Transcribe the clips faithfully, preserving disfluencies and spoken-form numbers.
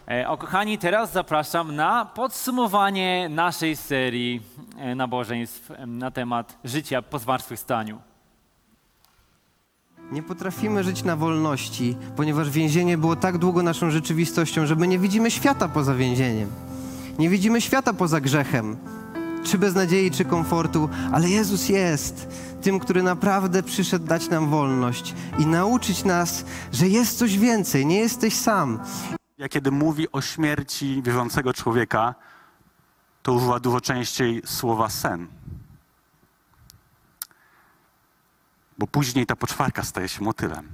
E, O kochani, teraz zapraszam na podsumowanie naszej serii e, nabożeństw e, na temat życia po zmartwychwstaniu. Nie potrafimy żyć na wolności, ponieważ więzienie było tak długo naszą rzeczywistością, że my nie widzimy świata poza więzieniem. Nie widzimy świata poza grzechem, czy beznadziei, czy komfortu, ale Jezus jest tym, który naprawdę przyszedł dać nam wolność i nauczyć nas, że jest coś więcej, nie jesteś sam. Ja kiedy mówi o śmierci wierzącego człowieka, to używa dużo częściej słowa sen. Bo później ta poczwarka staje się motylem.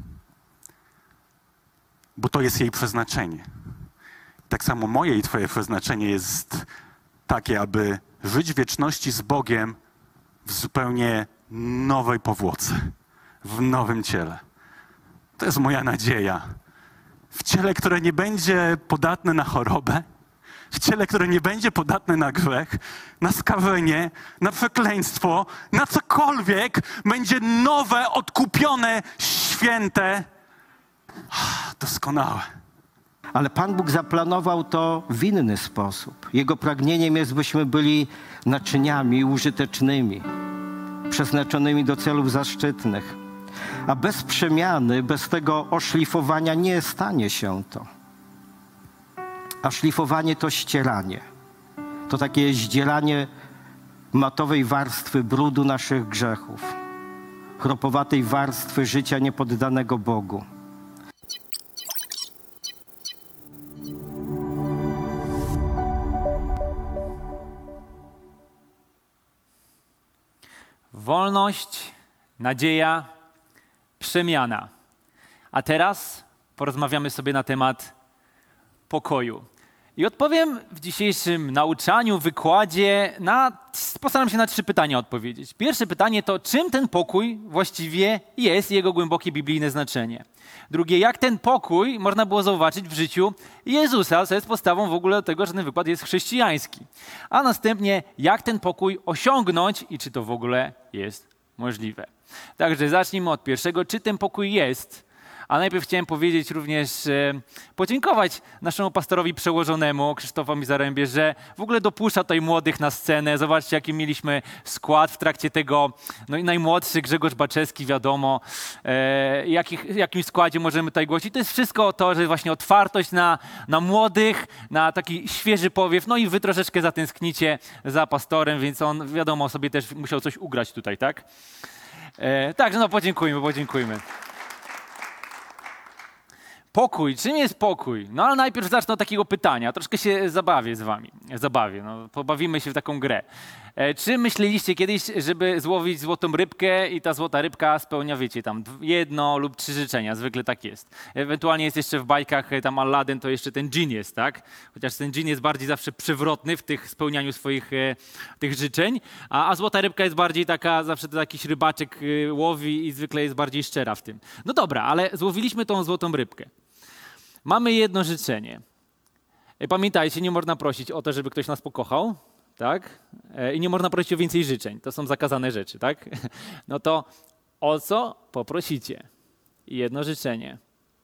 Bo to jest jej przeznaczenie. Tak samo moje i twoje przeznaczenie jest takie, aby żyć w wieczności z Bogiem w zupełnie nowej powłoce, w nowym ciele. To jest moja nadzieja. W ciele, które nie będzie podatne na chorobę, w ciele, które nie będzie podatne na grzech, na skażenie, na przekleństwo, na cokolwiek, będzie nowe, odkupione, święte, doskonałe. Ale Pan Bóg zaplanował to w inny sposób. Jego pragnieniem jest, byśmy byli naczyniami użytecznymi, przeznaczonymi do celów zaszczytnych. A bez przemiany, bez tego oszlifowania nie stanie się to. A szlifowanie to ścieranie. To takie zdzieranie matowej warstwy brudu naszych grzechów, chropowatej warstwy życia niepoddanego Bogu. Wolność, nadzieja, przemiana. A teraz porozmawiamy sobie na temat pokoju. I odpowiem w dzisiejszym nauczaniu, wykładzie, na, postaram się na trzy pytania odpowiedzieć. Pierwsze pytanie to, czym ten pokój właściwie jest i jego głębokie biblijne znaczenie. Drugie, jak ten pokój można było zauważyć w życiu Jezusa, co jest podstawą w ogóle tego, że ten wykład jest chrześcijański. A następnie, jak ten pokój osiągnąć i czy to w ogóle jest możliwe. Także zacznijmy od pierwszego, czy ten pokój jest. A najpierw chciałem powiedzieć również, e, podziękować naszemu pastorowi przełożonemu, Krzysztofowi Zarębie, że w ogóle dopuszcza tutaj młodych na scenę. Zobaczcie, jaki mieliśmy skład w trakcie tego. No i najmłodszy Grzegorz Baczewski, wiadomo, e, jakich, jakim składzie możemy tutaj głosić. To jest wszystko to, że właśnie otwartość na, na młodych, na taki świeży powiew. No i wy troszeczkę zatęsknicie za pastorem, więc on, wiadomo, sobie też musiał coś ugrać tutaj, tak? E, także no podziękujmy, podziękujmy. Pokój. Czym jest pokój? No ale najpierw zacznę od takiego pytania. Troszkę się zabawię z wami. Zabawię. No, pobawimy się w taką grę. E, czy myśleliście kiedyś, żeby złowić złotą rybkę i ta złota rybka spełnia, wiecie, tam jedno lub trzy życzenia. Zwykle tak jest. Ewentualnie jest jeszcze w bajkach tam Aladdin, to jeszcze ten dżin jest, tak? Chociaż ten dżin jest bardziej zawsze przewrotny w tych spełnianiu swoich e, tych życzeń, a, a złota rybka jest bardziej taka, zawsze to jakiś rybaczek e, łowi i zwykle jest bardziej szczera w tym. No dobra, ale złowiliśmy tą złotą rybkę. Mamy jedno życzenie. Pamiętajcie, nie można prosić o to, żeby ktoś nas pokochał, tak? I nie można prosić o więcej życzeń. To są zakazane rzeczy, tak? No to o co poprosicie? Jedno życzenie.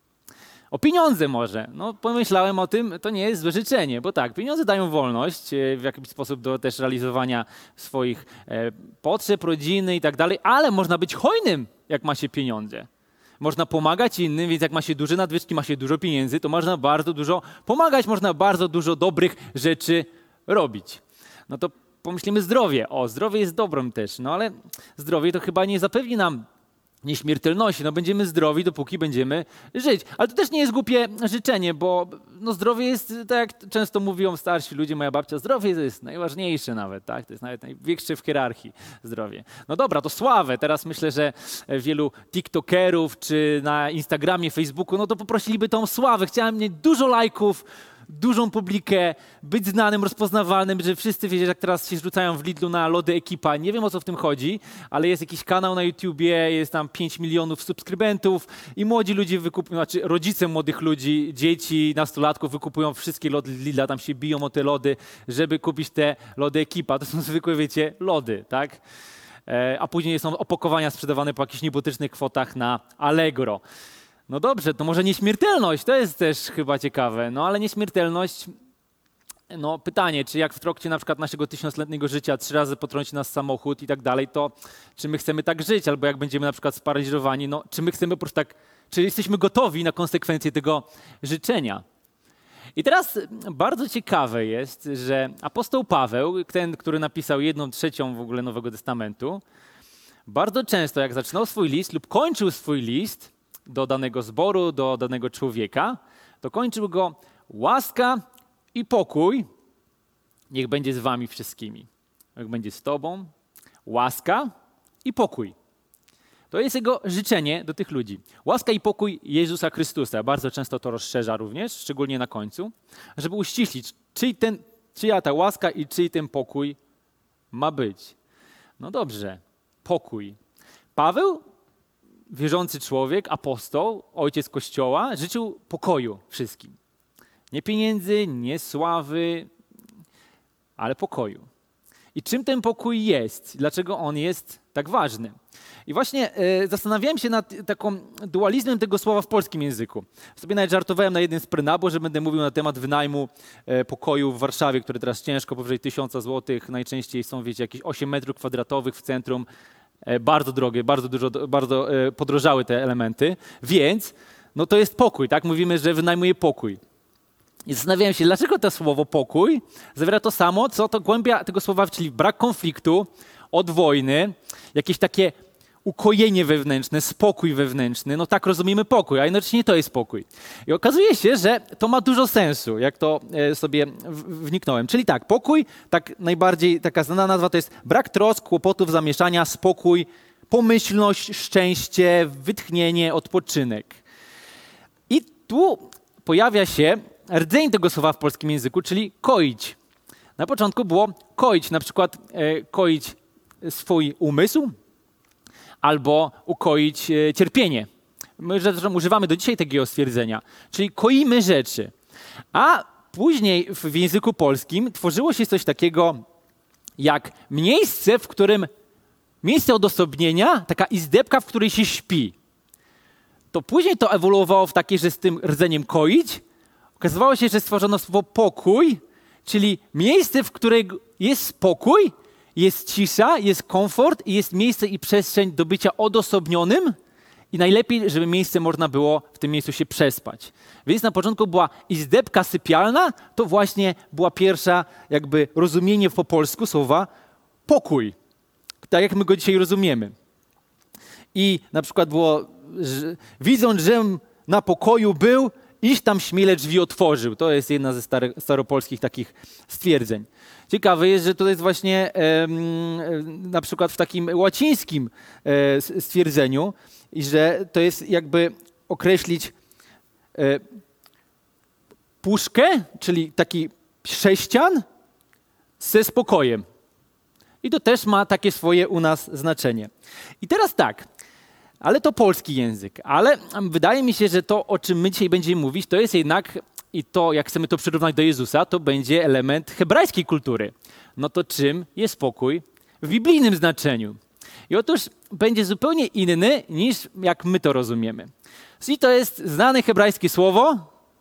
O pieniądze może. No pomyślałem o tym, to nie jest złe życzenie, bo tak, pieniądze dają wolność w jakiś sposób do też realizowania swoich potrzeb, rodziny i tak dalej, ale można być hojnym, jak ma się pieniądze. Można pomagać innym, więc jak ma się duże nadwyżki, ma się dużo pieniędzy, to można bardzo dużo pomagać, można bardzo dużo dobrych rzeczy robić. No to pomyślimy zdrowie. O, zdrowie jest dobrem też, no ale zdrowie to chyba nie zapewni nam nieśmiertelności. No będziemy zdrowi, dopóki będziemy żyć. Ale to też nie jest głupie życzenie, bo no zdrowie jest, tak jak często mówią starsi ludzie, moja babcia, zdrowie to jest najważniejsze nawet, tak? To jest nawet największe w hierarchii zdrowie. No dobra, to sławę. Teraz myślę, że wielu tiktokerów czy na Instagramie, Facebooku, no to poprosiliby tą sławę. Chciałem mieć dużo lajków, dużą publikę, być znanym, rozpoznawalnym, że wszyscy wiecie, jak teraz się rzucają w Lidlu na lody Ekipa. Nie wiem, o co w tym chodzi, ale jest jakiś kanał na YouTubie, jest tam pięć milionów subskrybentów i młodzi ludzie wykupują, znaczy rodzice młodych ludzi, dzieci, nastolatków wykupują wszystkie lody Lidla, tam się biją o te lody, żeby kupić te lody Ekipa. To są zwykłe, wiecie, lody, tak? A później są opakowania sprzedawane po jakichś niebotycznych kwotach na Allegro. No dobrze, to może nieśmiertelność, to jest też chyba ciekawe, no ale nieśmiertelność, no pytanie, czy jak w trakcie na przykład naszego tysiącletniego życia trzy razy potrąci nas samochód i tak dalej, to czy my chcemy tak żyć, albo jak będziemy na przykład sparaliżowani, no czy my chcemy po prostu tak, czy jesteśmy gotowi na konsekwencje tego życzenia. I teraz bardzo ciekawe jest, że apostoł Paweł, ten, który napisał jedną trzecią w ogóle Nowego Testamentu, bardzo często jak zaczynał swój list lub kończył swój list do danego zboru, do danego człowieka, to kończył go łaska i pokój niech będzie z wami wszystkimi. Niech będzie z tobą, łaska i pokój. To jest jego życzenie do tych ludzi. Łaska i pokój Jezusa Chrystusa. Bardzo często to rozszerza również, szczególnie na końcu, żeby uściślić, czyj ten, czyja ta łaska i czyj ten pokój ma być. No dobrze, pokój. Paweł, wierzący człowiek, apostoł, ojciec Kościoła, życzył pokoju wszystkim. Nie pieniędzy, nie sławy, ale pokoju. I czym ten pokój jest? Dlaczego on jest tak ważny? I właśnie e, zastanawiałem się nad taką dualizmem tego słowa w polskim języku. Sobie nawet żartowałem na jednym z prenabo, że będę mówił na temat wynajmu e, pokoju w Warszawie, który teraz ciężko, powyżej tysiąca złotych. Najczęściej są, wiecie, jakieś osiem metrów kwadratowych w centrum. E, bardzo drogie, bardzo dużo, bardzo e, podrożały te elementy. Więc, no to jest pokój, tak? Mówimy, że wynajmuje pokój. I zastanawiałem się, dlaczego to słowo pokój zawiera to samo, co to głębia tego słowa, czyli brak konfliktu, od wojny, jakieś takie ukojenie wewnętrzne, spokój wewnętrzny. No tak rozumiemy pokój, a jednocześnie to jest pokój. I okazuje się, że to ma dużo sensu, jak to sobie wniknąłem. Czyli tak, pokój, tak najbardziej taka znana nazwa to jest brak trosk, kłopotów, zamieszania, spokój, pomyślność, szczęście, wytchnienie, odpoczynek. I tu pojawia się rdzeń tego słowa w polskim języku, czyli koić. Na początku było koić, na przykład e, koić swój umysł albo ukoić e, cierpienie. My zresztą używamy do dzisiaj takiego stwierdzenia, czyli koimy rzeczy. A później w języku polskim tworzyło się coś takiego jak miejsce, w którym miejsce odosobnienia, taka izdebka, w której się śpi. To później to ewoluowało w takie, że z tym rdzeniem koić okazywało się, że stworzono słowo pokój, czyli miejsce, w którym jest spokój, jest cisza, jest komfort i jest miejsce i przestrzeń do bycia odosobnionym i najlepiej, żeby miejsce można było w tym miejscu się przespać. Więc na początku była izdebka sypialna, to właśnie była pierwsza jakby rozumienie po polsku słowa pokój, tak jak my go dzisiaj rozumiemy. I na przykład było, że, widząc, żem na pokoju był, iść tam śmiele drzwi otworzył. To jest jedna ze stary, staropolskich takich stwierdzeń. Ciekawe jest, że to jest właśnie e, na przykład w takim łacińskim e, stwierdzeniu, i że to jest jakby określić e, puszkę, czyli taki sześcian ze spokojem. I to też ma takie swoje u nas znaczenie. I teraz tak, ale to polski język, ale wydaje mi się, że to, o czym my dzisiaj będziemy mówić, to jest jednak, i to, jak chcemy to przyrównać do Jezusa, to będzie element hebrajskiej kultury. No to czym jest pokój w biblijnym znaczeniu? I otóż będzie zupełnie inny, niż jak my to rozumiemy. I to jest znane hebrajskie słowo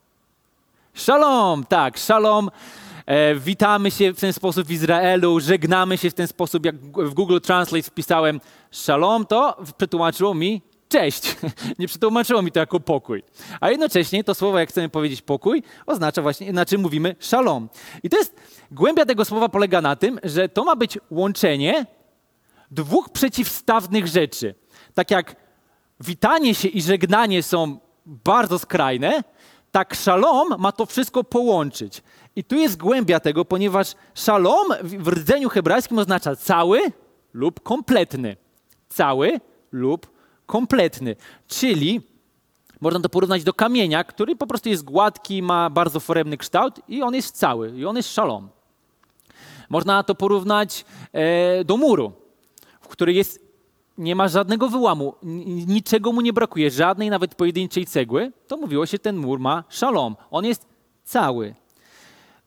szalom, tak, szalom. E, witamy się w ten sposób w Izraelu, żegnamy się w ten sposób, jak w Google Translate wpisałem szalom, to przetłumaczyło mi cześć. Nie przetłumaczyło mi to jako pokój. A jednocześnie to słowo, jak chcemy powiedzieć pokój, oznacza właśnie, znaczy mówimy szalom. I to jest, głębia tego słowa polega na tym, że to ma być łączenie dwóch przeciwstawnych rzeczy. Tak jak witanie się i żegnanie są bardzo skrajne, tak szalom ma to wszystko połączyć. I tu jest głębia tego, ponieważ szalom w rdzeniu hebrajskim oznacza cały lub kompletny. Cały lub kompletny. Czyli można to porównać do kamienia, który po prostu jest gładki, ma bardzo foremny kształt i on jest cały. I on jest szalom. Można to porównać e, do muru, w którym jest, nie ma żadnego wyłamu, niczego mu nie brakuje, żadnej nawet pojedynczej cegły. To mówiło się, ten mur ma szalom. On jest cały.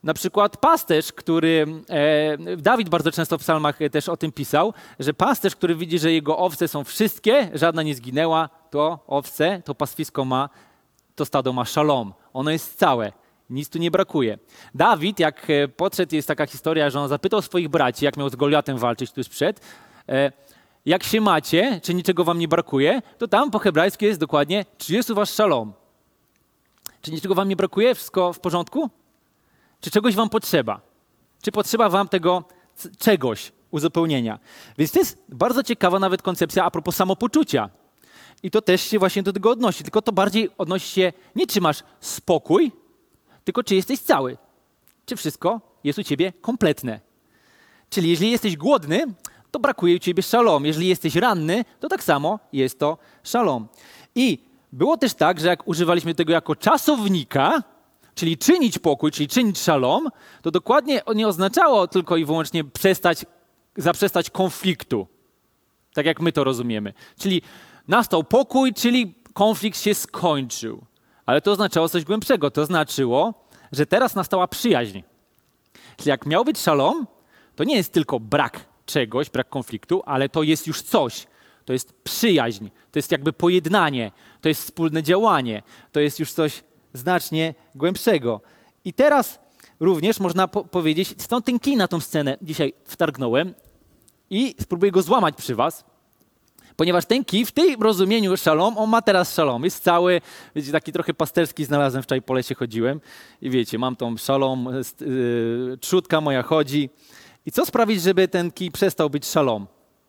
Na przykład pasterz, który, e, Dawid bardzo często w psalmach też o tym pisał, że pasterz, który widzi, że jego owce są wszystkie, żadna nie zginęła, to owce, to pastwisko ma, to stado ma szalom. Ono jest całe, nic tu nie brakuje. Dawid, jak podszedł, jest taka historia, że on zapytał swoich braci, jak miał z Goliatem walczyć tuż przed, e, jak się macie, czy niczego wam nie brakuje, to tam po hebrajsku jest dokładnie, czy jest u was szalom? Czy niczego wam nie brakuje? Wszystko w porządku? Czy czegoś wam potrzeba? Czy potrzeba wam tego c- czegoś, uzupełnienia? Więc to jest bardzo ciekawa nawet koncepcja a propos samopoczucia. I to też się właśnie do tego odnosi. Tylko to bardziej odnosi się nie czy masz spokój, tylko czy jesteś cały. Czy wszystko jest u ciebie kompletne. Czyli jeżeli jesteś głodny, to brakuje u ciebie szalom. Jeżeli jesteś ranny, to tak samo jest to szalom. I było też tak, że jak używaliśmy tego jako czasownika, czyli czynić pokój, czyli czynić szalom, to dokładnie nie oznaczało tylko i wyłącznie przestać, zaprzestać konfliktu. Tak jak my to rozumiemy. Czyli nastał pokój, czyli konflikt się skończył. Ale to oznaczało coś głębszego. To znaczyło, że teraz nastała przyjaźń. Czyli jak miał być szalom, to nie jest tylko brak czegoś, brak konfliktu, ale to jest już coś. To jest przyjaźń, to jest jakby pojednanie, to jest wspólne działanie, to jest już coś znacznie głębszego. I teraz również można po- powiedzieć, stąd ten kij na tą scenę dzisiaj wtargnąłem i spróbuję go złamać przy was, ponieważ ten kij w tym rozumieniu szalom, on ma teraz szalom, jest cały, wiecie, taki trochę pasterski znalazłem, wczoraj po lesie chodziłem i wiecie, mam tą szalom, yy, trzutka moja chodzi. I co sprawić, żeby ten kij przestał być szalom?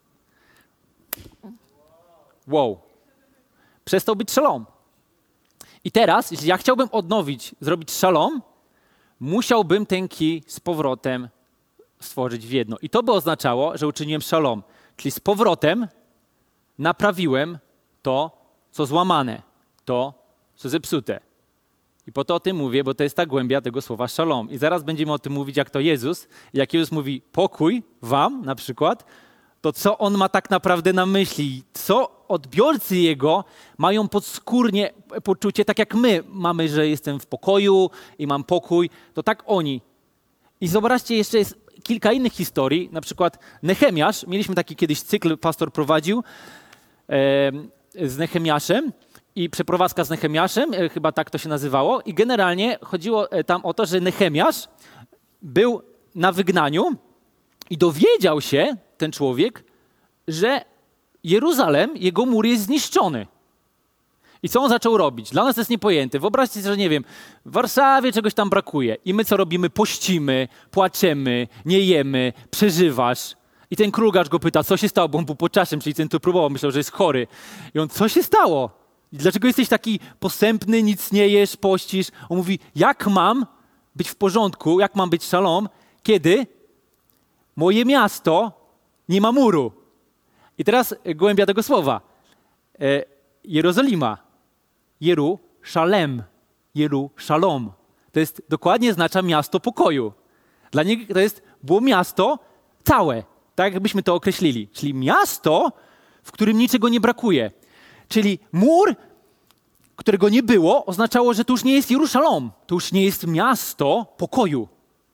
Wow. Przestał być szalom. I teraz, jeśli ja chciałbym odnowić, zrobić szalom, musiałbym ten kij z powrotem stworzyć w jedno. I to by oznaczało, że uczyniłem szalom. Czyli z powrotem naprawiłem to, co złamane, to, co zepsute. I po to o tym mówię, bo to jest ta głębia tego słowa szalom. I zaraz będziemy o tym mówić, jak to Jezus. Jak Jezus mówi pokój wam na przykład, to co On ma tak naprawdę na myśli? Co odbiorcy Jego mają podskórnie poczucie, tak jak my mamy, że jestem w pokoju i mam pokój, to tak oni. I zobaczcie, jeszcze jest kilka innych historii, na przykład Nehemiasz. Mieliśmy taki kiedyś cykl, pastor prowadził e, z Nehemiaszem i przeprowadzka z Nehemiaszem, e, chyba tak to się nazywało. I generalnie chodziło tam o to, że Nehemiasz był na wygnaniu i dowiedział się, ten człowiek, że Jeruzalem, jego mur jest zniszczony. I co on zaczął robić? Dla nas to jest niepojęte. Wyobraźcie sobie, że nie wiem, w Warszawie czegoś tam brakuje i my co robimy? Pościmy, płaczemy, nie jemy, przeżywasz. I ten krugarz go pyta, co się stało, bo on był poczaczem, czyli ten tu próbował, myślał, że jest chory. I on, co się stało? Dlaczego jesteś taki posępny, nic nie jesz, pościsz? On mówi, jak mam być w porządku, jak mam być szalom, kiedy moje miasto nie ma muru. I teraz głębia tego słowa. E, Jerozolima. Jeruszalem. Jeruszalom. To jest dokładnie oznacza miasto pokoju. Dla niego to jest było miasto całe. Tak jakbyśmy to określili. Czyli miasto, w którym niczego nie brakuje. Czyli mur, którego nie było, oznaczało, że to już nie jest Jeruszalom. To już nie jest miasto pokoju.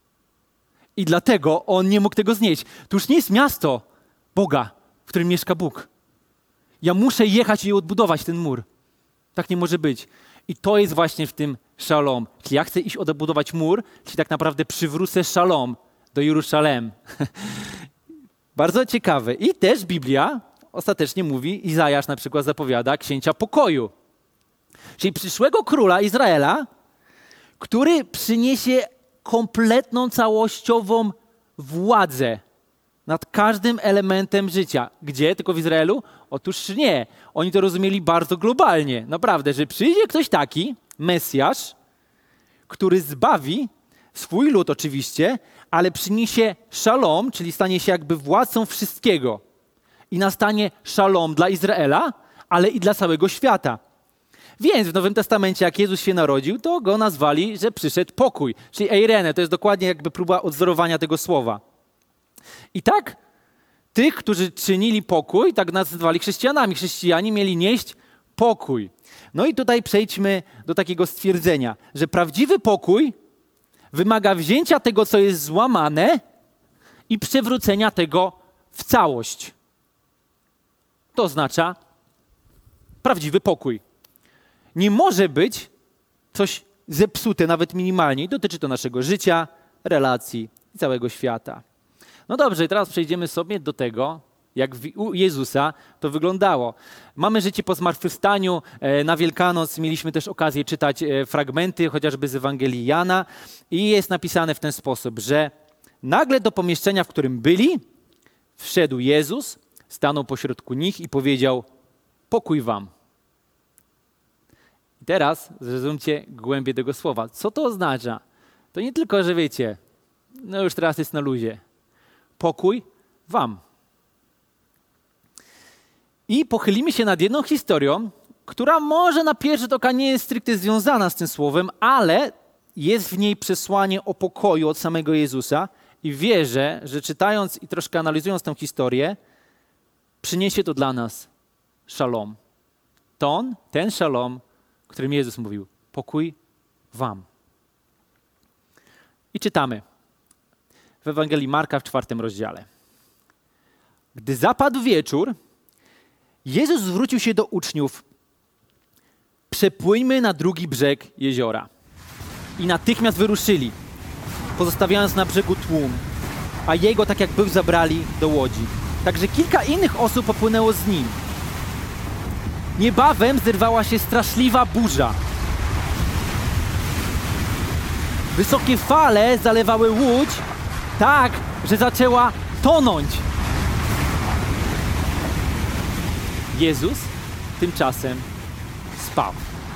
I dlatego on nie mógł tego znieść. To już nie jest miasto Boga, w którym mieszka Bóg. Ja muszę jechać i odbudować ten mur. Tak nie może być. I to jest właśnie w tym szalom. Czyli ja chcę iść odbudować mur, czyli tak naprawdę przywrócę szalom do Jerusalem. Bardzo ciekawe. I też Biblia ostatecznie mówi, Izajasz na przykład zapowiada księcia pokoju. Czyli przyszłego króla Izraela, który przyniesie kompletną, całościową władzę nad każdym elementem życia. Gdzie? Tylko w Izraelu? Otóż nie. Oni to rozumieli bardzo globalnie. Naprawdę, że przyjdzie ktoś taki, Mesjasz, który zbawi swój lud oczywiście, ale przyniesie szalom, czyli stanie się jakby władcą wszystkiego. I nastanie szalom dla Izraela, ale i dla całego świata. Więc w Nowym Testamencie, jak Jezus się narodził, to go nazwali, że przyszedł pokój. Czyli eirene, to jest dokładnie jakby próba odzorowania tego słowa. I tak tych, którzy czynili pokój, tak nazywali chrześcijanami. Chrześcijanie mieli nieść pokój. No i tutaj przejdźmy do takiego stwierdzenia, że prawdziwy pokój wymaga wzięcia tego, co jest złamane i przewrócenia tego w całość. To oznacza prawdziwy pokój. Nie może być coś zepsute, nawet minimalnie. I dotyczy to naszego życia, relacji i całego świata. No dobrze, teraz przejdziemy sobie do tego, jak u Jezusa to wyglądało. Mamy życie po zmartwychwstaniu. Na Wielkanoc mieliśmy też okazję czytać fragmenty, chociażby z Ewangelii Jana. I jest napisane w ten sposób, że nagle do pomieszczenia, w którym byli, wszedł Jezus, stanął pośrodku nich i powiedział: pokój wam. I teraz zrozumcie głębię tego słowa. Co to oznacza? To nie tylko, że wiecie, no już teraz jest na luzie. Pokój wam. I pochylimy się nad jedną historią, która może na pierwszy rzut oka nie jest stricte związana z tym słowem, ale jest w niej przesłanie o pokoju od samego Jezusa i wierzę, że czytając i troszkę analizując tę historię, przyniesie to dla nas szalom. Ton, ten szalom, o którym Jezus mówił. Pokój wam. I czytamy w Ewangelii Marka w czwartym rozdziale. Gdy zapadł wieczór, Jezus zwrócił się do uczniów: przepłyńmy na drugi brzeg jeziora. I natychmiast wyruszyli, pozostawiając na brzegu tłum, a Jego tak jak był zabrali do łodzi. Także kilka innych osób popłynęło z Nim. Niebawem zerwała się straszliwa burza. Wysokie fale zalewały łódź tak, że zaczęła tonąć. Jezus tymczasem spał.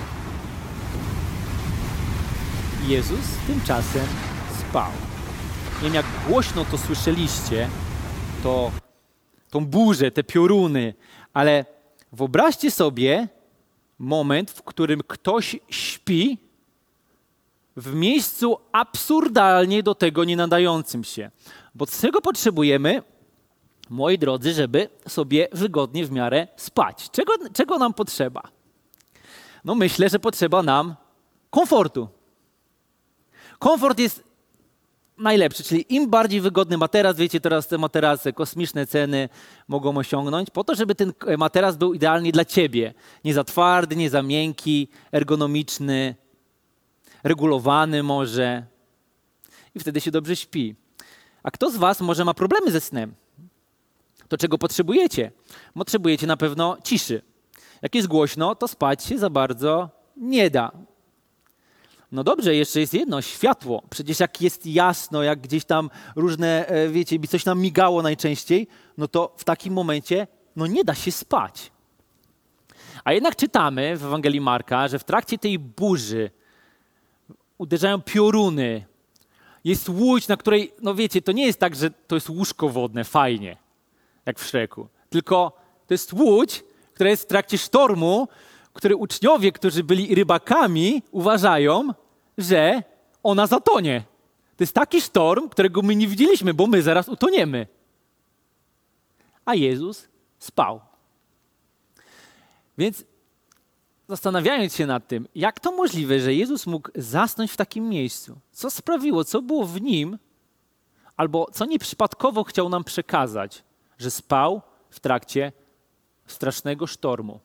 Jezus tymczasem spał. Nie wiem, jak głośno to słyszeliście, to, tą burzę, te pioruny, ale wyobraźcie sobie moment, w którym ktoś śpi w miejscu absurdalnie do tego nie nadającym się. Bo czego potrzebujemy, moi drodzy, żeby sobie wygodnie w miarę spać? Czego, czego nam potrzeba? No myślę, że potrzeba nam komfortu. Komfort jest najlepszy, czyli im bardziej wygodny materac, wiecie, teraz te materace, kosmiczne ceny mogą osiągnąć, po to, żeby ten materac był idealnie dla ciebie. Nie za twardy, nie za miękki, ergonomiczny, regulowany może. I wtedy się dobrze śpi. A kto z was może ma problemy ze snem? To czego potrzebujecie? Potrzebujecie na pewno ciszy. Jak jest głośno, to spać się za bardzo nie da. No dobrze, jeszcze jest jedno, światło. Przecież jak jest jasno, jak gdzieś tam różne, wiecie, by coś nam migało najczęściej, no to w takim momencie no nie da się spać. A jednak czytamy w Ewangelii Marka, że w trakcie tej burzy uderzają pioruny. Jest łódź, na której, no wiecie, to nie jest tak, że to jest łóżko wodne, fajnie, jak w Szreku. Tylko to jest łódź, która jest w trakcie sztormu, który uczniowie, którzy byli rybakami, uważają, że ona zatonie. To jest taki sztorm, którego my nie widzieliśmy, bo my zaraz utoniemy. A Jezus spał. Więc zastanawiając się nad tym, jak to możliwe, że Jezus mógł zasnąć w takim miejscu? Co sprawiło, co było w Nim, albo co nieprzypadkowo chciał nam przekazać, że spał w trakcie strasznego sztormu?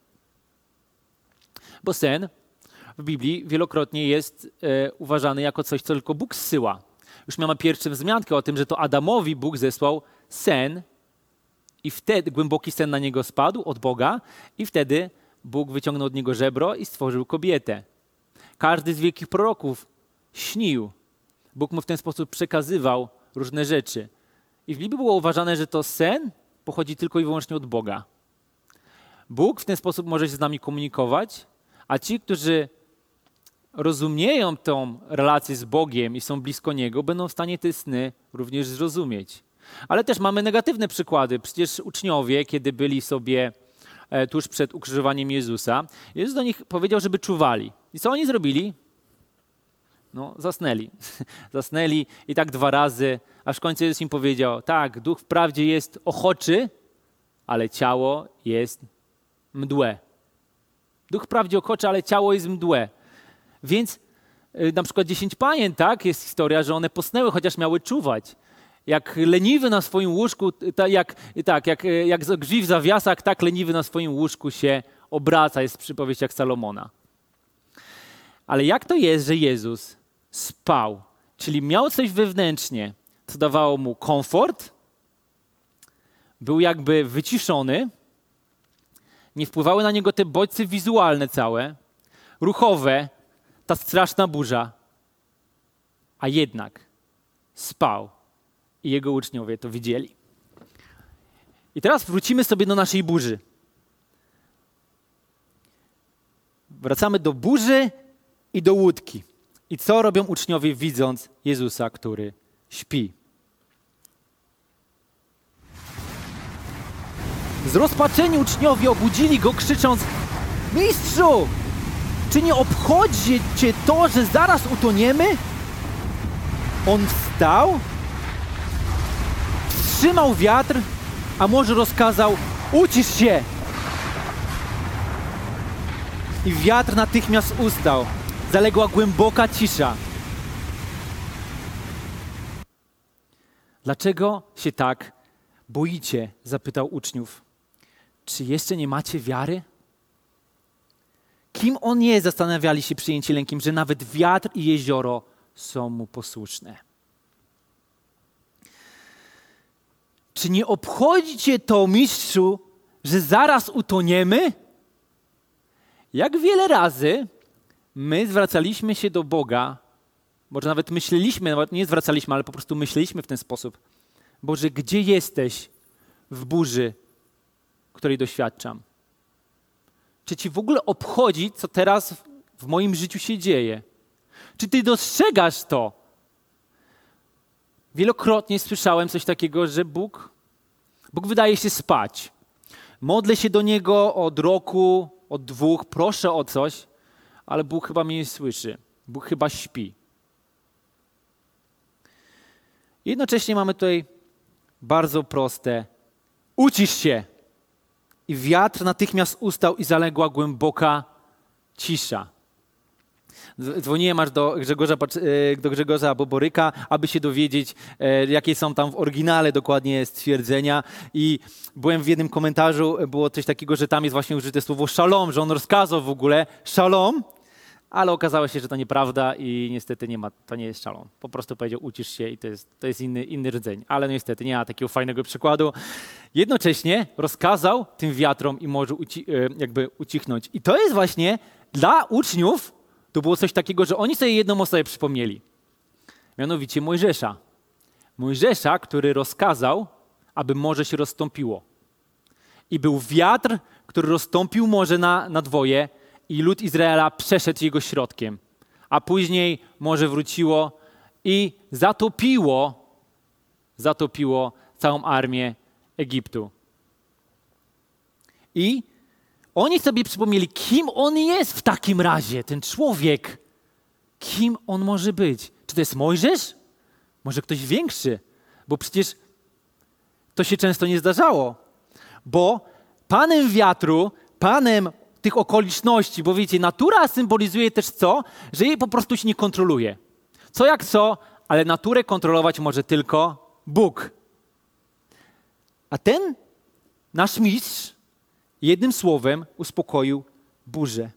Bo sen w Biblii wielokrotnie jest e, uważany jako coś, co tylko Bóg zsyła. Już miałem pierwszą wzmiankę o tym, że to Adamowi Bóg zesłał sen i wtedy głęboki sen na niego spadł od Boga i wtedy Bóg wyciągnął od niego żebro i stworzył kobietę. Każdy z wielkich proroków śnił. Bóg mu w ten sposób przekazywał różne rzeczy. I w Biblii było uważane, że to sen pochodzi tylko i wyłącznie od Boga. Bóg w ten sposób może się z nami komunikować, a ci, którzy rozumieją tą relację z Bogiem i są blisko Niego, będą w stanie te sny również zrozumieć. Ale też mamy negatywne przykłady. Przecież uczniowie, kiedy byli sobie e, tuż przed ukrzyżowaniem Jezusa, Jezus do nich powiedział, żeby czuwali. I co oni zrobili? No, zasnęli. Zasnęli i tak dwa razy, aż w końcu Jezus im powiedział, tak, duch wprawdzie jest ochoczy, ale ciało jest mdłe. Duch wprawdzie ochoczy, ale ciało jest mdłe. Więc na przykład dziesięć panien, tak? Jest historia, że one posnęły, chociaż miały czuwać. Jak leniwy na swoim łóżku, tak jak, tak, jak, jak grzyw w zawiasach, tak leniwy na swoim łóżku się obraca, jest w przypowieściach Salomona. Ale jak to jest, że Jezus spał, czyli miał coś wewnętrznie, co dawało mu komfort, był jakby wyciszony, nie wpływały na niego te bodźce wizualne całe, ruchowe, ta straszna burza, a jednak spał i jego uczniowie to widzieli. I teraz wrócimy sobie do naszej burzy. Wracamy do burzy i do łódki. I co robią uczniowie, widząc Jezusa, który śpi? Zrozpaczeni uczniowie obudzili go, krzycząc: Mistrzu, czy nie obchodzi cię to, że zaraz utoniemy? On wstał, wstrzymał wiatr, a morzu rozkazał: ucisz się! I wiatr natychmiast ustał. Zaległa głęboka cisza. Dlaczego się tak boicie? Zapytał uczniów. Czy jeszcze nie macie wiary? Kim on jest? Zastanawiali się przyjęci lękiem, że nawet wiatr i jezioro są mu posłuszne. Czy nie obchodzi cię to, mistrzu, że zaraz utoniemy? Jak wiele razy my zwracaliśmy się do Boga, może nawet myśleliśmy, nawet nie zwracaliśmy, ale po prostu myśleliśmy w ten sposób. Boże, gdzie jesteś w burzy, której doświadczam? Czy ci w ogóle obchodzi, co teraz w moim życiu się dzieje? Czy ty dostrzegasz to? Wielokrotnie słyszałem coś takiego, że Bóg, Bóg wydaje się spać. Modlę się do Niego od roku, od dwóch, proszę o coś, ale Bóg chyba mnie nie słyszy. Bóg chyba śpi. Jednocześnie mamy tutaj bardzo proste: ucisz się! I wiatr natychmiast ustał i zaległa głęboka cisza. Dzwoniłem aż do Grzegorza, do Grzegorza Boboryka, aby się dowiedzieć, jakie są tam w oryginale dokładnie stwierdzenia. I byłem w jednym komentarzu, było coś takiego, że tam jest właśnie użyte słowo szalom, że on rozkazał w ogóle szalom, ale okazało się, że to nieprawda i niestety nie ma, to nie jest szalom. Po prostu powiedział: ucisz się i to jest, to jest inny, inny rdzeń. Ale no niestety nie ma takiego fajnego przykładu. Jednocześnie rozkazał tym wiatrom i morzu uci, jakby ucichnąć. I to jest właśnie dla uczniów, to było coś takiego, że oni sobie jedną osobę przypomnieli. Mianowicie Mojżesza. Mojżesza, który rozkazał, aby morze się rozstąpiło. I był wiatr, który rozstąpił morze na, na dwoje i lud Izraela przeszedł jego środkiem. A później morze wróciło i zatopiło, zatopiło całą armię Egiptu. I oni sobie przypomnieli, kim on jest w takim razie, ten człowiek. Kim on może być? Czy to jest Mojżesz? Może ktoś większy? Bo przecież to się często nie zdarzało. Bo panem wiatru, panem tych okoliczności, bo wiecie, natura symbolizuje też co? Że jej po prostu się nie kontroluje. Co jak co, ale naturę kontrolować może tylko Bóg. A ten nasz mistrz jednym słowem uspokoił burzę.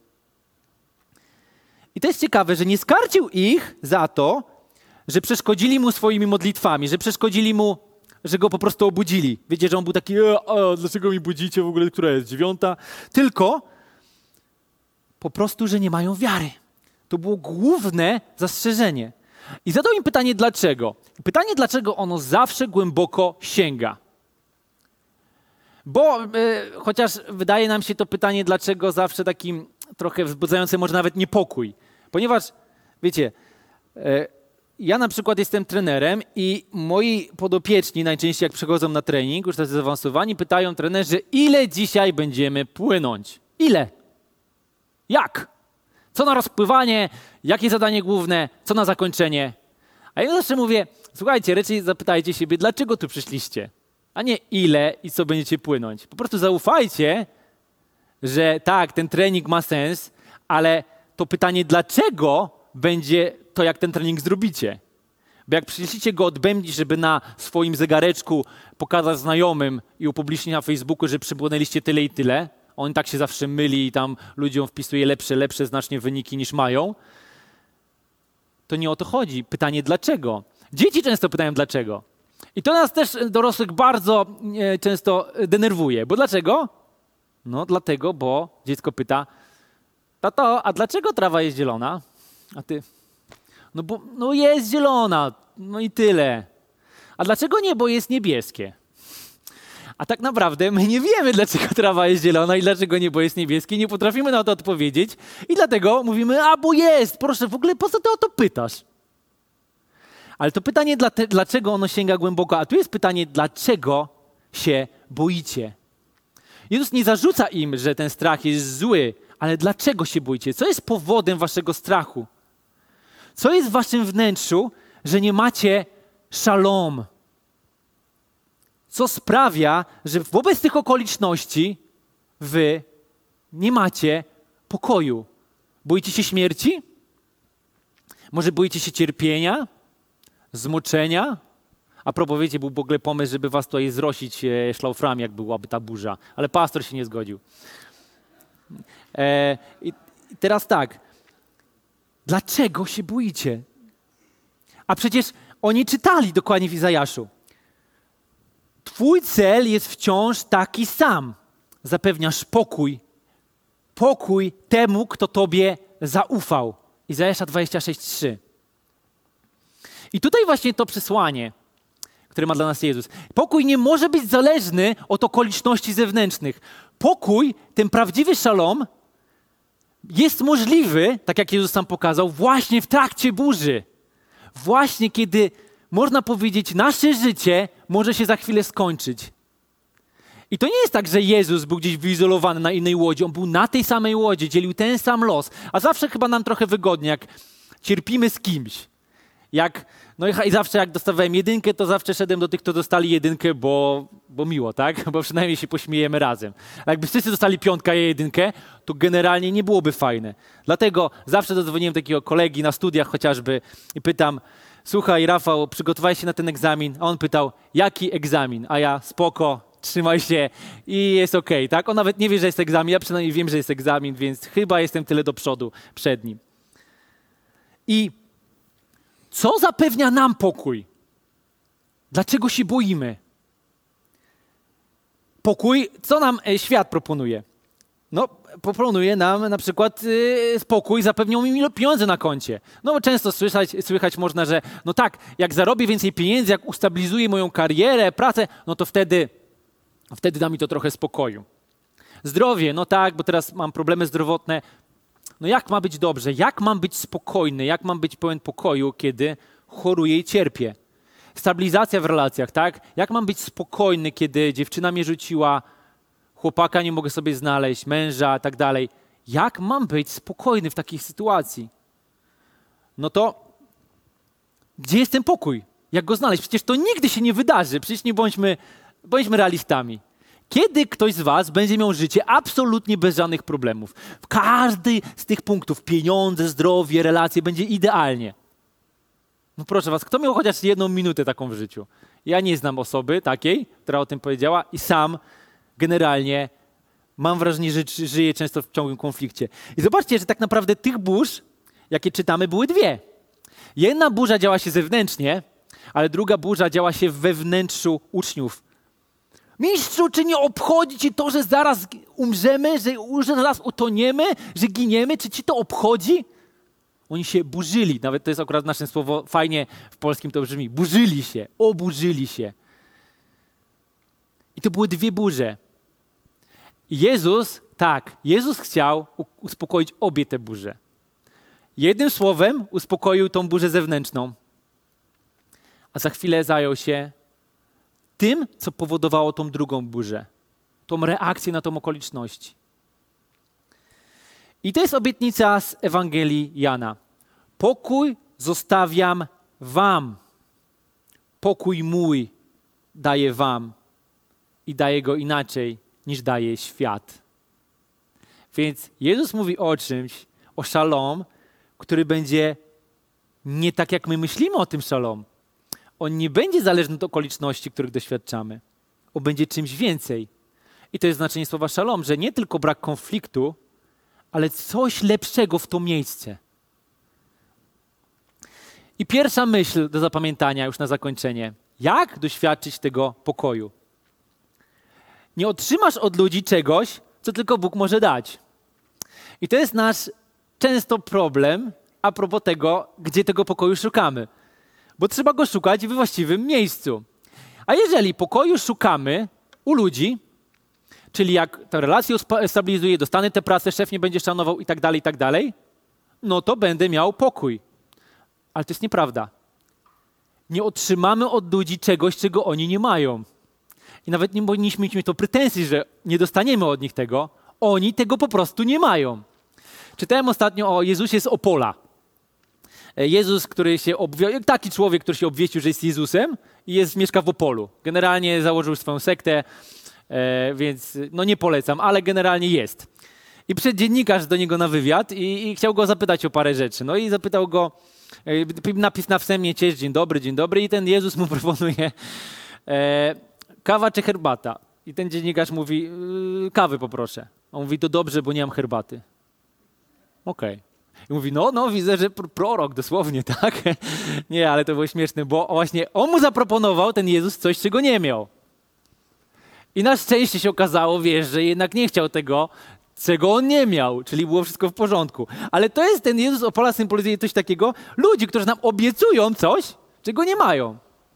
I to jest ciekawe, że nie skarcił ich za to, że przeszkodzili mu swoimi modlitwami, że przeszkodzili mu, że go po prostu obudzili. Wiecie, że on był taki: e, a, dlaczego mi budzicie w ogóle, która jest dziewiąta? Tylko po prostu, że nie mają wiary. To było główne zastrzeżenie. I zadał im pytanie, dlaczego. Pytanie, dlaczego ono zawsze głęboko sięga. Bo y, chociaż wydaje nam się to pytanie, dlaczego zawsze takim trochę wzbudzające może nawet niepokój. Ponieważ, wiecie, y, ja na przykład jestem trenerem i moi podopieczni najczęściej jak przychodzą na trening, już tacy zaawansowani, pytają trenerzy, ile dzisiaj będziemy płynąć? Ile? Jak? Co na rozpływanie? Jakie zadanie główne? Co na zakończenie? A ja zawsze mówię: słuchajcie, raczej zapytajcie siebie, dlaczego tu przyszliście? A nie ile i co będziecie płynąć. Po prostu zaufajcie, że tak, ten trening ma sens, ale to pytanie dlaczego będzie to, jak ten trening zrobicie. Bo jak przyszliście go odbędzić, żeby na swoim zegareczku pokazać znajomym i upublicznić na Facebooku, że przepłynęliście tyle i tyle, on tak się zawsze myli i tam ludziom wpisuje lepsze, lepsze znacznie wyniki niż mają, to nie o to chodzi. Pytanie dlaczego? Dzieci często pytają dlaczego. I to nas też dorosłych bardzo e, często denerwuje. Bo dlaczego? No dlatego, bo dziecko pyta, tato, a dlaczego trawa jest zielona? A ty, no bo no jest zielona, no i tyle. A dlaczego niebo jest niebieskie? A tak naprawdę my nie wiemy, dlaczego trawa jest zielona i dlaczego niebo jest niebieskie. Nie potrafimy na to odpowiedzieć i dlatego mówimy, a bo jest, proszę, w ogóle po co ty o to pytasz? Ale to pytanie, dlaczego ono sięga głęboko, a tu jest pytanie, dlaczego się boicie? Jezus nie zarzuca im, że ten strach jest zły, ale dlaczego się boicie? Co jest powodem waszego strachu? Co jest w waszym wnętrzu, że nie macie szalom? Co sprawia, że wobec tych okoliczności wy nie macie pokoju? Boicie się śmierci? Może boicie się cierpienia? Zmoczenia? A propos, wiecie, był w ogóle pomysł, żeby was tutaj zrosić e, szlauframi, jak byłaby ta burza. Ale pastor się nie zgodził. E, i, I teraz tak. Dlaczego się boicie? A przecież oni czytali dokładnie w Izajaszu. Twój cel jest wciąż taki sam. Zapewniasz pokój. Pokój temu, kto tobie zaufał. Izajasza dwadzieścia sześć, trzy. I tutaj właśnie to przesłanie, które ma dla nas Jezus. Pokój nie może być zależny od okoliczności zewnętrznych. Pokój, ten prawdziwy szalom, jest możliwy, tak jak Jezus sam pokazał, właśnie w trakcie burzy. Właśnie kiedy, można powiedzieć, nasze życie może się za chwilę skończyć. I to nie jest tak, że Jezus był gdzieś wyizolowany na innej łodzi. On był na tej samej łodzi, dzielił ten sam los. A zawsze chyba nam trochę wygodnie, jak cierpimy z kimś. Jak, no i zawsze jak dostawałem jedynkę, to zawsze szedłem do tych, kto dostali jedynkę, bo, bo miło, tak? Bo przynajmniej się pośmiejemy razem. A jakby wszyscy dostali piątkę, a ja jedynkę, to generalnie nie byłoby fajne. Dlatego zawsze zadzwoniłem do takiego kolegi na studiach chociażby i pytam, słuchaj Rafał, przygotowałeś się na ten egzamin? A on pytał, jaki egzamin? A ja, spoko, trzymaj się i jest okej, tak? On nawet nie wie, że jest egzamin, ja przynajmniej wiem, że jest egzamin, więc chyba jestem tyle do przodu przed nim. I co zapewnia nam pokój? Dlaczego się boimy? Pokój, co nam świat proponuje? No, proponuje nam na przykład yy, spokój, zapewnią mi pieniądze na koncie. No, bo często słyszeć, słychać można, że no tak, jak zarobię więcej pieniędzy, jak ustabilizuję moją karierę, pracę, no to wtedy, wtedy da mi to trochę spokoju. Zdrowie, no tak, bo teraz mam problemy zdrowotne. No jak ma być dobrze? Jak mam być spokojny? Jak mam być pełen pokoju, kiedy choruję i cierpię? Stabilizacja w relacjach, tak? Jak mam być spokojny, kiedy dziewczyna mnie rzuciła, chłopaka nie mogę sobie znaleźć, męża, tak dalej. Jak mam być spokojny w takiej sytuacji? No to gdzie jest ten pokój? Jak go znaleźć? Przecież to nigdy się nie wydarzy. Przecież nie bądźmy, bądźmy realistami. Kiedy ktoś z was będzie miał życie absolutnie bez żadnych problemów? W każdy z tych punktów, pieniądze, zdrowie, relacje, będzie idealnie. No proszę was, kto miał chociaż jedną minutę taką w życiu? Ja nie znam osoby takiej, która o tym powiedziała i sam generalnie mam wrażenie, że żyję często w ciągłym konflikcie. I zobaczcie, że tak naprawdę tych burz, jakie czytamy, były dwie. Jedna burza działa się zewnętrznie, ale druga burza działa się we wnętrzu uczniów. Mistrzu, czy nie obchodzi ci to, że zaraz umrzemy, że, że zaraz utoniemy, że giniemy? Czy ci to obchodzi? Oni się burzyli. Nawet to jest akurat nasze słowo, fajnie w polskim to brzmi. Burzyli się, oburzyli się. I to były dwie burze. Jezus, tak, Jezus chciał uspokoić obie te burze. Jednym słowem uspokoił tą burzę zewnętrzną, a za chwilę zajął się tym, co powodowało tą drugą burzę, tą reakcję na tą okoliczność. I to jest obietnica z Ewangelii Jana. Pokój zostawiam wam. Pokój mój daję wam i daję go inaczej, niż daje świat. Więc Jezus mówi o czymś, o szalom, który będzie nie tak, jak my myślimy o tym szalom. On nie będzie zależny od okoliczności, których doświadczamy. On będzie czymś więcej. I to jest znaczenie słowa szalom, że nie tylko brak konfliktu, ale coś lepszego w to miejsce. I pierwsza myśl do zapamiętania już na zakończenie. Jak doświadczyć tego pokoju? Nie otrzymasz od ludzi czegoś, co tylko Bóg może dać. I to jest nasz często problem a propos tego, gdzie tego pokoju szukamy. Bo trzeba go szukać we właściwym miejscu. A jeżeli pokoju szukamy u ludzi, czyli jak tę relację stabilizuję, dostanę tę pracę, szef nie będzie szanował i tak dalej, i tak dalej, no to będę miał pokój. Ale to jest nieprawda. Nie otrzymamy od ludzi czegoś, czego oni nie mają. I nawet nie powinniśmy mieć to pretensji, że nie dostaniemy od nich tego. Oni tego po prostu nie mają. Czytałem ostatnio o Jezusie z Opola. Jezus, który się obwie... taki człowiek, który się obwieścił, że jest Jezusem i jest, mieszka w Opolu. Generalnie założył swoją sektę, e, więc no nie polecam, ale generalnie jest. I przyszedł dziennikarz do niego na wywiad i, i chciał go zapytać o parę rzeczy. No i zapytał go, e, napis na wstępie, cześć, dzień dobry, dzień dobry. I ten Jezus mu proponuje e, kawa czy herbata. I ten dziennikarz mówi, y, kawy poproszę. On mówi, to dobrze, bo nie mam herbaty. Okej. Okay. I mówi, no, no, widzę, że prorok, dosłownie, tak? Nie, ale to było śmieszne, bo właśnie on mu zaproponował, ten Jezus, coś, czego nie miał. I na szczęście się okazało, wiesz, że jednak nie chciał tego, czego on nie miał, czyli było wszystko w porządku. Ale to jest ten Jezus Opola, symbolizuje coś takiego, ludzi, którzy nam obiecują coś, czego nie mają.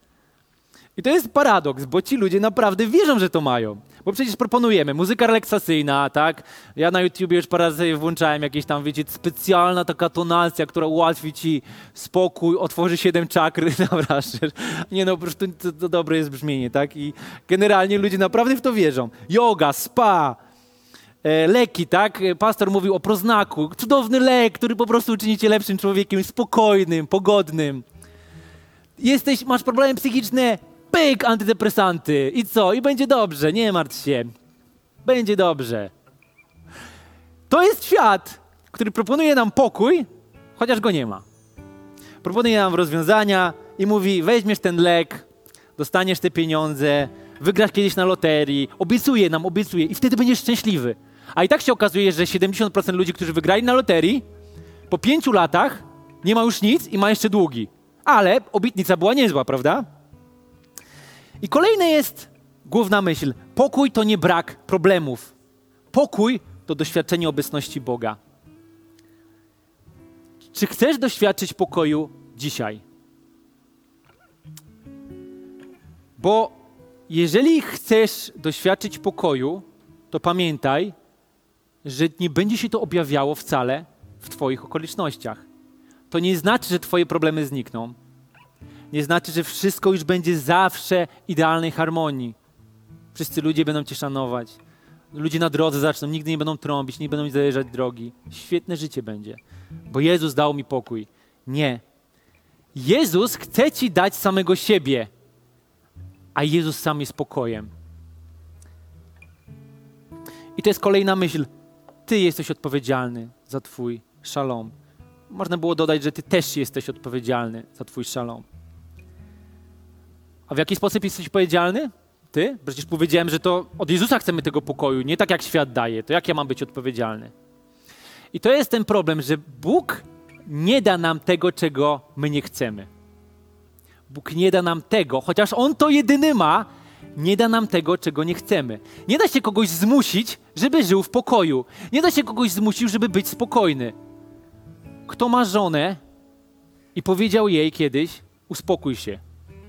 I to jest paradoks, bo ci ludzie naprawdę wierzą, że to mają. Bo przecież proponujemy muzyka relaksacyjna, tak? Ja na YouTubie już parę razy włączałem jakieś tam, wiecie, specjalna taka tonacja, która ułatwi ci spokój, otworzy siedem czakry. Dobra, nie no, po prostu to, to dobre jest brzmienie, tak? I generalnie ludzie naprawdę w to wierzą. Yoga, spa, e, leki, tak? Pastor mówił o Proznaku. Cudowny lek, który po prostu uczyni cię lepszym człowiekiem, spokojnym, pogodnym. Jesteś, masz problemy psychiczne, pyk, antydepresanty. I co? I będzie dobrze, nie martw się. Będzie dobrze. To jest świat, który proponuje nam pokój, chociaż go nie ma. Proponuje nam rozwiązania i mówi, weźmiesz ten lek, dostaniesz te pieniądze, wygrasz kiedyś na loterii, obiecuje nam, obiecuje i wtedy będziesz szczęśliwy. A i tak się okazuje, że siedemdziesiąt procent ludzi, którzy wygrali na loterii, po pięciu latach nie ma już nic i ma jeszcze długi. Ale obietnica była niezła, prawda? I kolejna jest główna myśl. Pokój to nie brak problemów. Pokój to doświadczenie obecności Boga. Czy chcesz doświadczyć pokoju dzisiaj? Bo jeżeli chcesz doświadczyć pokoju, to pamiętaj, że nie będzie się to objawiało wcale w twoich okolicznościach. To nie znaczy, że twoje problemy znikną. Nie znaczy, że wszystko już będzie zawsze idealnej harmonii. Wszyscy ludzie będą cię szanować. Ludzie na drodze zaczną, nigdy nie będą trąbić, nie będą mi zajeżdżać drogi. Świetne życie będzie, bo Jezus dał mi pokój. Nie. Jezus chce ci dać samego siebie, a Jezus sam jest pokojem. I to jest kolejna myśl. Ty jesteś odpowiedzialny za twój szalom. Można było dodać, że ty też jesteś odpowiedzialny za twój szalom. A w jaki sposób jesteś odpowiedzialny? Ty? Przecież powiedziałem, że to od Jezusa chcemy tego pokoju, nie tak jak świat daje. To jak ja mam być odpowiedzialny? I to jest ten problem, że Bóg nie da nam tego, czego my nie chcemy. Bóg nie da nam tego, chociaż On to jedyny ma, nie da nam tego, czego nie chcemy. Nie da się kogoś zmusić, żeby żył w pokoju. Nie da się kogoś zmusić, żeby być spokojny. Kto ma żonę i powiedział jej kiedyś, uspokój się.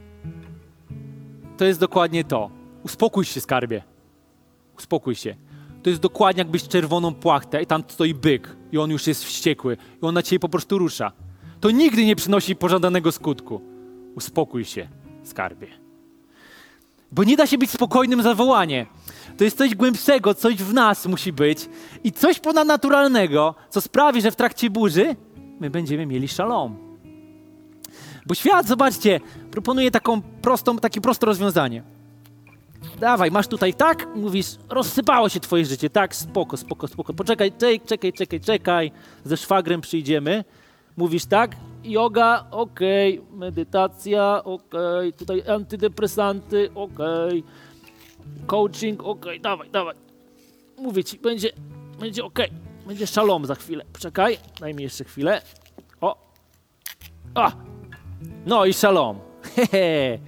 To jest dokładnie to. Uspokój się, skarbie. Uspokój się. To jest dokładnie jakbyś czerwoną płachtę i tam stoi byk i on już jest wściekły i on na ciebie po prostu rusza. To nigdy nie przynosi pożądanego skutku. Uspokój się, skarbie. Bo nie da się być spokojnym za wołanie. To jest coś głębszego, coś w nas musi być i coś ponadnaturalnego, co sprawi, że w trakcie burzy my będziemy mieli szalom. Bo świat, zobaczcie, proponuje taką prostą, takie proste rozwiązanie. Dawaj, masz tutaj tak, mówisz, rozsypało się twoje życie, tak, spoko, spoko, spoko, poczekaj, czekaj, czekaj, czekaj, czekaj, ze szwagrem przyjdziemy, Mówisz tak, yoga, okej, medytacja, okej, tutaj antydepresanty, okej, coaching, okej, dawaj, dawaj. Mówię ci, będzie, będzie okej, będzie szalom za chwilę. Poczekaj, daj mi jeszcze chwilę. O, a, no i szalom. Hehe.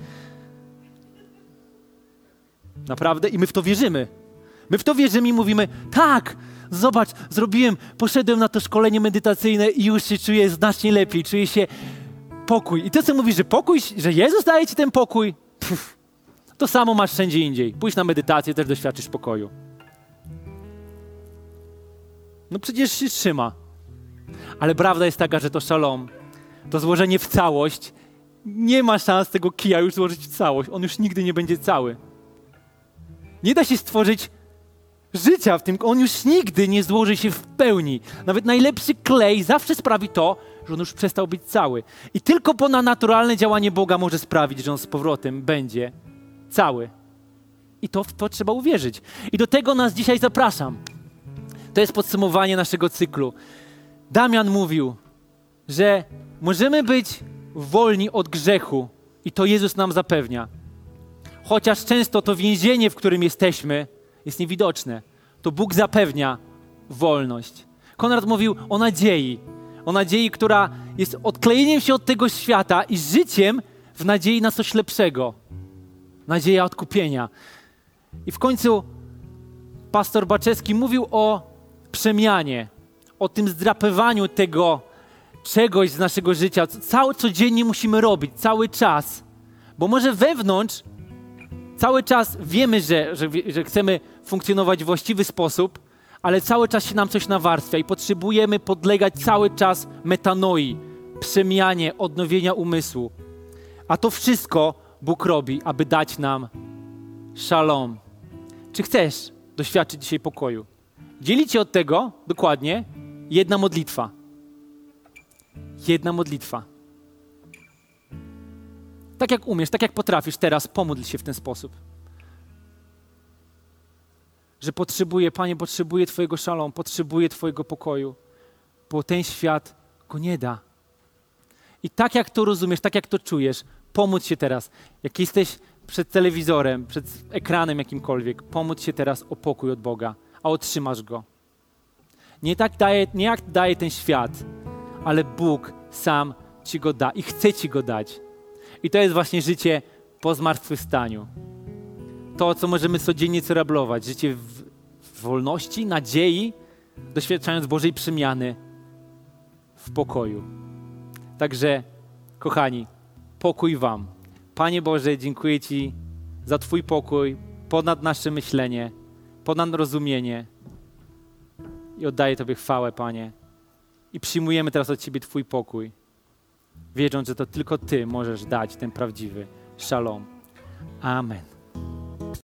Naprawdę? I my w to wierzymy. My w to wierzymy i mówimy, tak, zobacz, zrobiłem, poszedłem na to szkolenie medytacyjne i już się czuję znacznie lepiej, czuję się pokój. I ty co mówisz, że pokój, że Jezus daje ci ten pokój? Pff, to samo masz wszędzie indziej. Pójdź na medytację, też doświadczysz pokoju. No przecież się trzyma. Ale prawda jest taka, że to szalom, to złożenie w całość, nie ma szans tego kija już złożyć w całość. On już nigdy nie będzie cały. Nie da się stworzyć życia w tym, on już nigdy nie złoży się w pełni. Nawet najlepszy klej zawsze sprawi to, że on już przestał być cały. I tylko ponadnaturalne działanie Boga może sprawić, że on z powrotem będzie cały. I to w to trzeba uwierzyć. I do tego nas dzisiaj zapraszam. To jest podsumowanie naszego cyklu. Damian mówił, że możemy być wolni od grzechu i to Jezus nam zapewnia. Chociaż często to więzienie, w którym jesteśmy, jest niewidoczne, to Bóg zapewnia wolność. Konrad mówił o nadziei. O nadziei, która jest odklejeniem się od tego świata i życiem w nadziei na coś lepszego. Nadzieja odkupienia. I w końcu pastor Baczewski mówił o przemianie, o tym zdrapywaniu tego czegoś z naszego życia, co cały codziennie musimy robić, cały czas. Bo może wewnątrz cały czas wiemy, że, że, że chcemy funkcjonować w właściwy sposób, ale cały czas się nam coś nawarstwia i potrzebujemy podlegać cały czas metanoi, przemianie, odnowienia umysłu. A to wszystko Bóg robi, aby dać nam szalom. Czy chcesz doświadczyć dzisiaj pokoju? Dzieli cię od tego dokładnie jedna modlitwa. Jedna modlitwa. Tak jak umiesz, tak jak potrafisz teraz, pomódl się w ten sposób. Że potrzebuję, Panie, potrzebuję Twojego szalom, potrzebuję Twojego pokoju, bo ten świat go nie da. I tak jak to rozumiesz, tak jak to czujesz, pomódl się teraz. Jak jesteś przed telewizorem, przed ekranem jakimkolwiek, pomódl się teraz o pokój od Boga, a otrzymasz go. Nie tak daje, nie jak daje ten świat, ale Bóg sam Ci go da i chce Ci go dać. I to jest właśnie życie po zmartwychwstaniu. To, co możemy codziennie celebrować. Życie w, w wolności, nadziei, doświadczając Bożej przemiany w pokoju. Także, kochani, pokój wam. Panie Boże, dziękuję Ci za Twój pokój ponad nasze myślenie, ponad rozumienie. I oddaję Tobie chwałę, Panie. I przyjmujemy teraz od Ciebie Twój pokój, wierząc, że to tylko Ty możesz dać ten prawdziwy szalom. Amen.